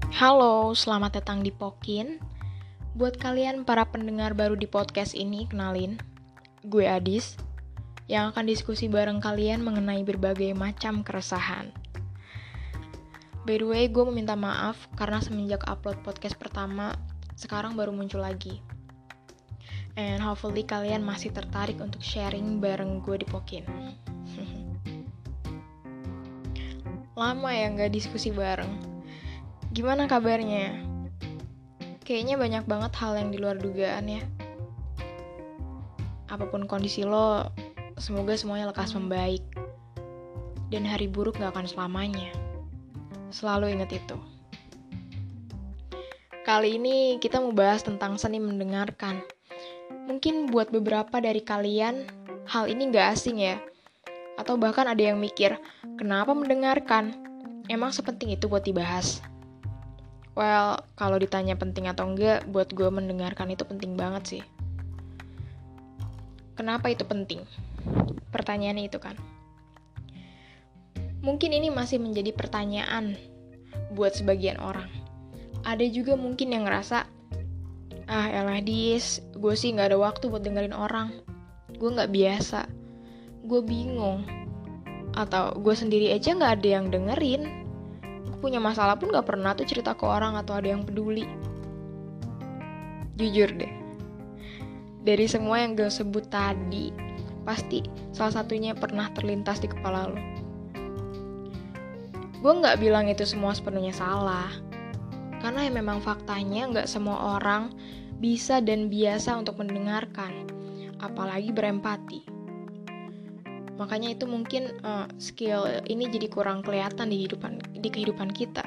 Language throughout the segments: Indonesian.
Halo, selamat datang di Pokin. Buat kalian para pendengar baru di podcast ini, kenalin, gue Adis, yang akan diskusi bareng kalian mengenai berbagai macam keresahan. By the way, gue meminta maaf karena semenjak upload podcast pertama, sekarang baru muncul lagi. And hopefully kalian masih tertarik untuk sharing bareng gue di Pokin. Lama ya nggak diskusi bareng. Gimana kabarnya? Kayaknya banyak banget hal yang di luar dugaan ya. Apapun kondisi lo, semoga semuanya lekas membaik. Dan hari buruk gak akan selamanya. Selalu ingat itu. Kali ini kita mau bahas tentang seni mendengarkan. Mungkin buat beberapa dari kalian, hal ini gak asing ya. Atau bahkan ada yang mikir, kenapa mendengarkan? Emang sepenting itu buat dibahas? Well, kalau ditanya penting atau enggak, buat gue mendengarkan itu penting banget sih. Kenapa itu penting? Pertanyaannya itu kan. Mungkin ini masih menjadi pertanyaan buat sebagian orang. Ada juga mungkin yang ngerasa, elah Dis, gue sih gak ada waktu buat dengerin orang. Gue gak biasa. Gue bingung. Atau gue sendiri aja gak ada yang dengerin. Punya masalah pun gak pernah tuh cerita ke orang atau ada yang peduli. Jujur deh, dari semua yang gue sebut tadi, pasti salah satunya pernah terlintas di kepala lo. Gue gak bilang itu semua sepenuhnya salah, karena ya memang faktanya gak semua orang bisa dan biasa untuk mendengarkan, apalagi berempati. Makanya itu mungkin skill ini jadi kurang kelihatan di kehidupan kita.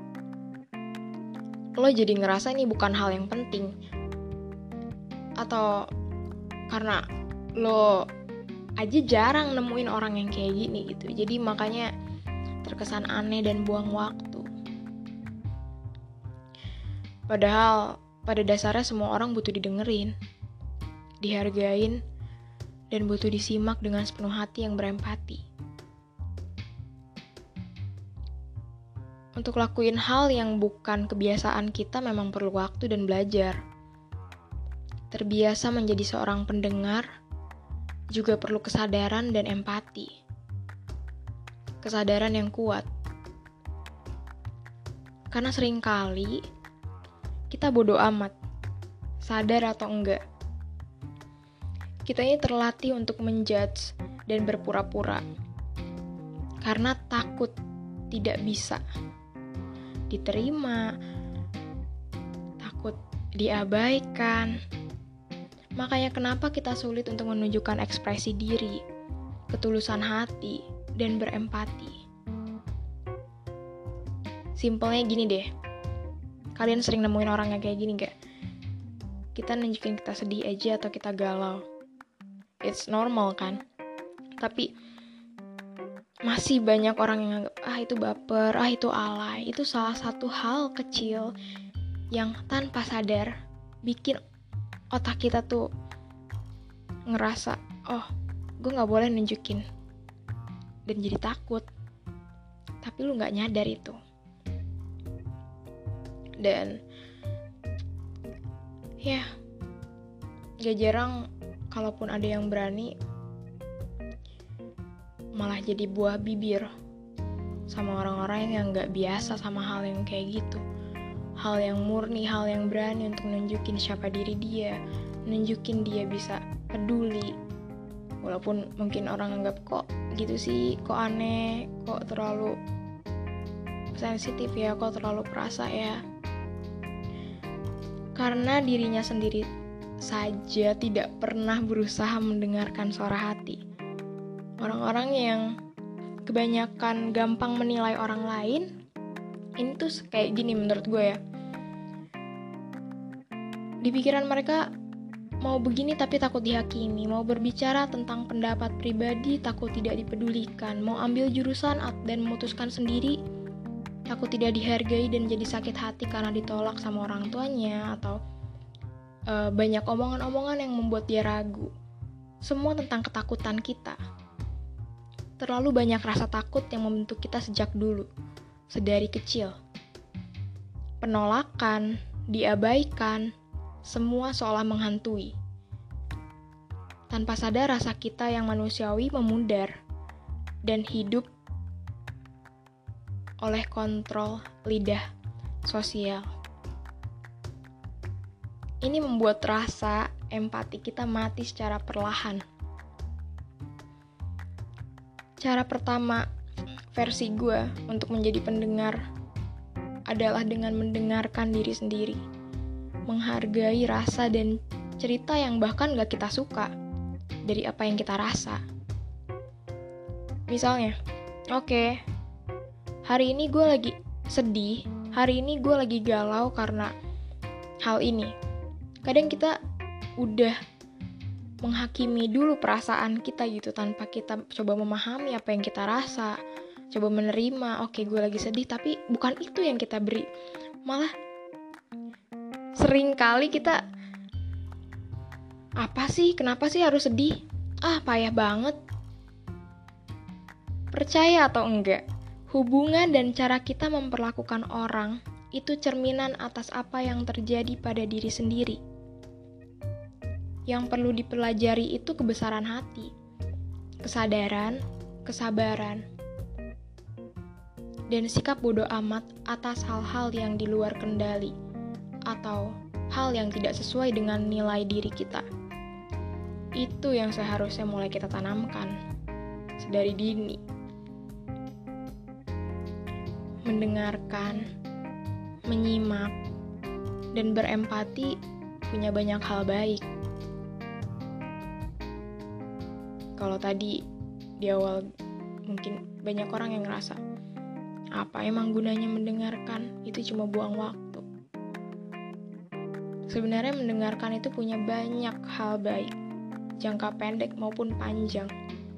Lo jadi ngerasa ini bukan hal yang penting. Atau karena lo aja jarang nemuin orang yang kayak gini gitu. Jadi makanya terkesan aneh dan buang waktu. Padahal pada dasarnya semua orang butuh didengerin, dihargain, dan butuh disimak dengan sepenuh hati yang berempati. Untuk lakuin hal yang bukan kebiasaan kita memang perlu waktu dan belajar. Terbiasa menjadi seorang pendengar juga perlu kesadaran dan empati. Kesadaran yang kuat. Karena seringkali kita bodoh amat, sadar atau enggak. Kita ini terlatih untuk menjudge dan berpura-pura karena takut tidak bisa diterima, takut diabaikan. Makanya kenapa kita sulit untuk menunjukkan ekspresi diri, ketulusan hati, dan berempati. Simpelnya gini deh, kalian sering nemuin orang yang kayak gini gak? Kita nunjukin kita sedih aja atau kita galau. It's normal kan? Tapi masih banyak orang yang anggap, itu baper, itu alay. Itu salah satu hal kecil yang tanpa sadar bikin otak kita tuh ngerasa, gue gak boleh nunjukin. Dan jadi takut. Tapi lu gak nyadar itu. Dan ya, gak jarang kalaupun ada yang berani malah jadi buah bibir sama orang-orang yang gak biasa sama hal yang kayak gitu. Hal yang murni, hal yang berani untuk nunjukin siapa diri dia, nunjukin dia bisa peduli. Walaupun mungkin orang anggap kok gitu sih, kok aneh, kok terlalu sensitif ya, kok terlalu perasa ya. Karena dirinya sendiri saja tidak pernah berusaha mendengarkan suara hati. Orang-orang yang kebanyakan gampang menilai orang lain, ini tuh kayak gini menurut gue ya. Di pikiran mereka mau begini tapi takut dihakimi, mau berbicara tentang pendapat pribadi takut tidak dipedulikan, mau ambil jurusan dan memutuskan sendiri takut tidak dihargai dan jadi sakit hati karena ditolak sama orang tuanya, atau banyak omongan-omongan yang membuat dia ragu. Semua tentang ketakutan kita. Terlalu banyak rasa takut yang membentuk kita sejak dulu, sedari kecil. penolakan, diabaikan, semua seolah menghantui. Tanpa sadar rasa kita yang manusiawi memudar dan hidup oleh kontrol lidah sosial. Ini membuat rasa empati kita mati secara perlahan. Cara pertama versi gue untuk menjadi pendengar adalah dengan mendengarkan diri sendiri, menghargai rasa dan cerita yang bahkan gak kita suka dari apa yang kita rasa. Misalnya, oke, hari ini gue lagi sedih, hari ini gue lagi galau karena hal ini. Kadang kita udah menghakimi dulu perasaan kita gitu, tanpa kita coba memahami apa yang kita rasa, coba menerima, oke gue lagi sedih, tapi bukan itu yang kita beri. Malah sering kali kita, apa sih, kenapa sih harus sedih? Payah banget. Percaya atau enggak, hubungan dan cara kita memperlakukan orang itu cerminan atas apa yang terjadi pada diri sendiri. Yang perlu dipelajari itu kebesaran hati, kesadaran, kesabaran, dan sikap bodoh amat atas hal-hal yang di luar kendali atau hal yang tidak sesuai dengan nilai diri kita. Itu yang seharusnya mulai kita tanamkan sedari dini. Mendengarkan, menyimak, dan berempati punya banyak hal baik. Kalau tadi di awal mungkin banyak orang yang ngerasa, apa emang gunanya mendengarkan? Itu cuma buang waktu. Sebenarnya mendengarkan itu punya banyak hal baik, jangka pendek maupun panjang.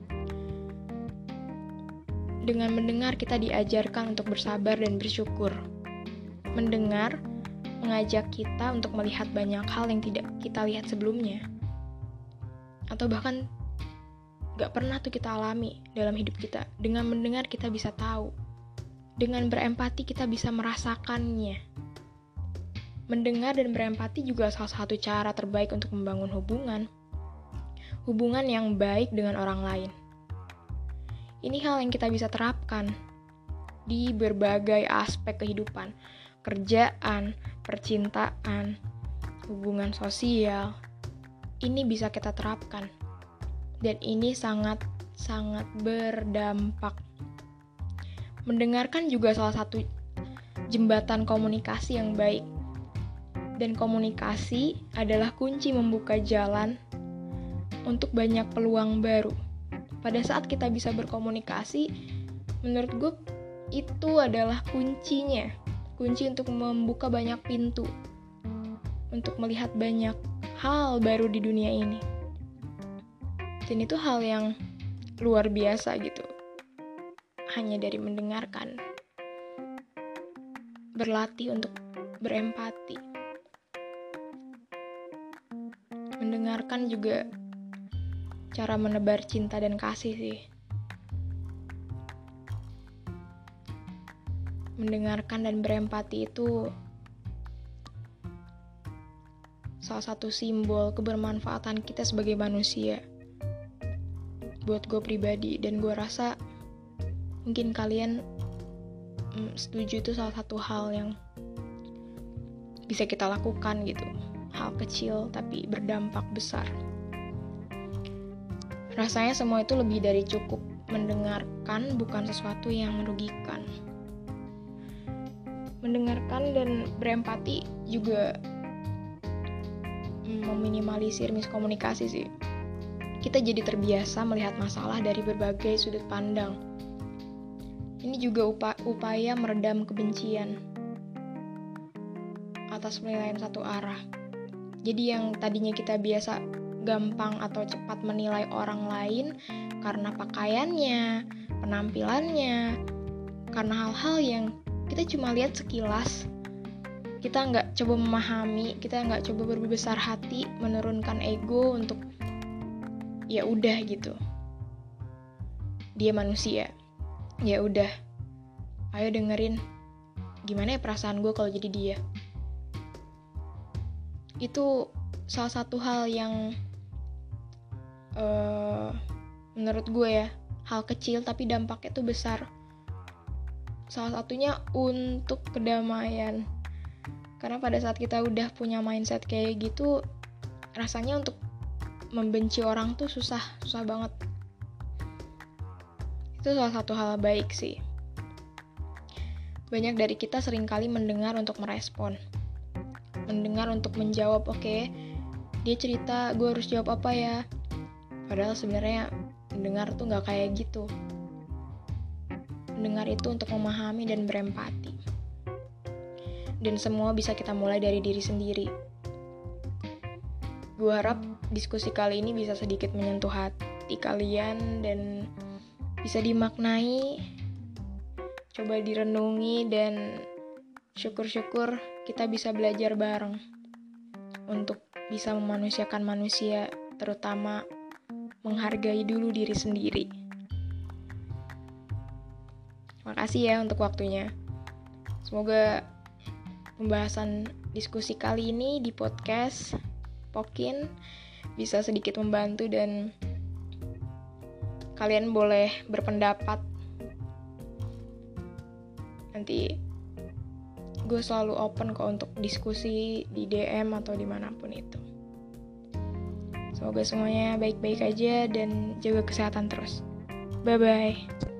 Dengan mendengar kita diajarkan untuk bersabar dan bersyukur. Mendengar mengajak kita untuk melihat banyak hal yang tidak kita lihat sebelumnya. Atau bahkan gak pernah tuh kita alami dalam hidup kita. Dengan mendengar kita bisa tahu. Dengan berempati kita bisa merasakannya. Mendengar dan berempati juga salah satu cara terbaik untuk membangun hubungan. Hubungan yang baik dengan orang lain. Ini hal yang kita bisa terapkan di berbagai aspek kehidupan. Kerjaan, percintaan, hubungan sosial. Ini bisa kita terapkan. Dan ini sangat-sangat berdampak. Mendengarkan juga salah satu jembatan komunikasi yang baik. Dan komunikasi adalah kunci membuka jalan untuk banyak peluang baru. Pada saat kita bisa berkomunikasi, menurut gue itu adalah kuncinya. Kunci untuk membuka banyak pintu. Untuk melihat banyak hal baru di dunia ini. Dan itu hal yang luar biasa gitu. Hanya dari mendengarkan. Berlatih untuk berempati. Mendengarkan juga cara menebar cinta dan kasih sih. Mendengarkan dan berempati itu salah satu simbol kebermanfaatan kita sebagai manusia. Buat gue pribadi, dan gue rasa mungkin kalian setuju itu salah satu hal yang bisa kita lakukan gitu. Hal kecil tapi berdampak besar. Rasanya semua itu lebih dari cukup. Mendengarkan bukan sesuatu yang merugikan. Mendengarkan dan berempati juga meminimalisir miskomunikasi sih. Kita jadi terbiasa melihat masalah dari berbagai sudut pandang. Ini juga upaya meredam kebencian atas penilaian satu arah. Jadi yang tadinya kita biasa gampang atau cepat menilai orang lain karena pakaiannya, penampilannya, karena hal-hal yang kita cuma lihat sekilas, kita nggak coba memahami, kita nggak coba berbesar hati, menurunkan ego untuk ya udah gitu, dia manusia, ya udah, ayo dengerin gimana ya perasaan gue kalau jadi dia. Itu salah satu hal yang menurut gue ya, hal kecil tapi dampaknya tuh besar. Salah satunya untuk kedamaian. Karena pada saat kita udah punya mindset kayak gitu, rasanya untuk membenci orang tuh susah banget. Itu salah satu hal baik sih. Banyak dari kita seringkali mendengar untuk merespon. Mendengar untuk menjawab, oke, dia cerita, gue harus jawab apa ya? Padahal sebenarnya mendengar tuh gak kayak gitu. Mendengar itu untuk memahami dan berempati. Dan semua bisa kita mulai dari diri sendiri. Gue harap diskusi kali ini bisa sedikit menyentuh hati kalian dan bisa dimaknai, coba direnungi, dan syukur-syukur kita bisa belajar bareng untuk bisa memanusiakan manusia, terutama menghargai dulu diri sendiri. Makasih ya untuk waktunya. Semoga pembahasan diskusi kali ini di podcast Pokin bisa sedikit membantu dan kalian boleh berpendapat. Nanti gue selalu open kok untuk diskusi di DM atau dimanapun itu. Semoga semuanya baik-baik aja dan jaga kesehatan terus. Bye-bye.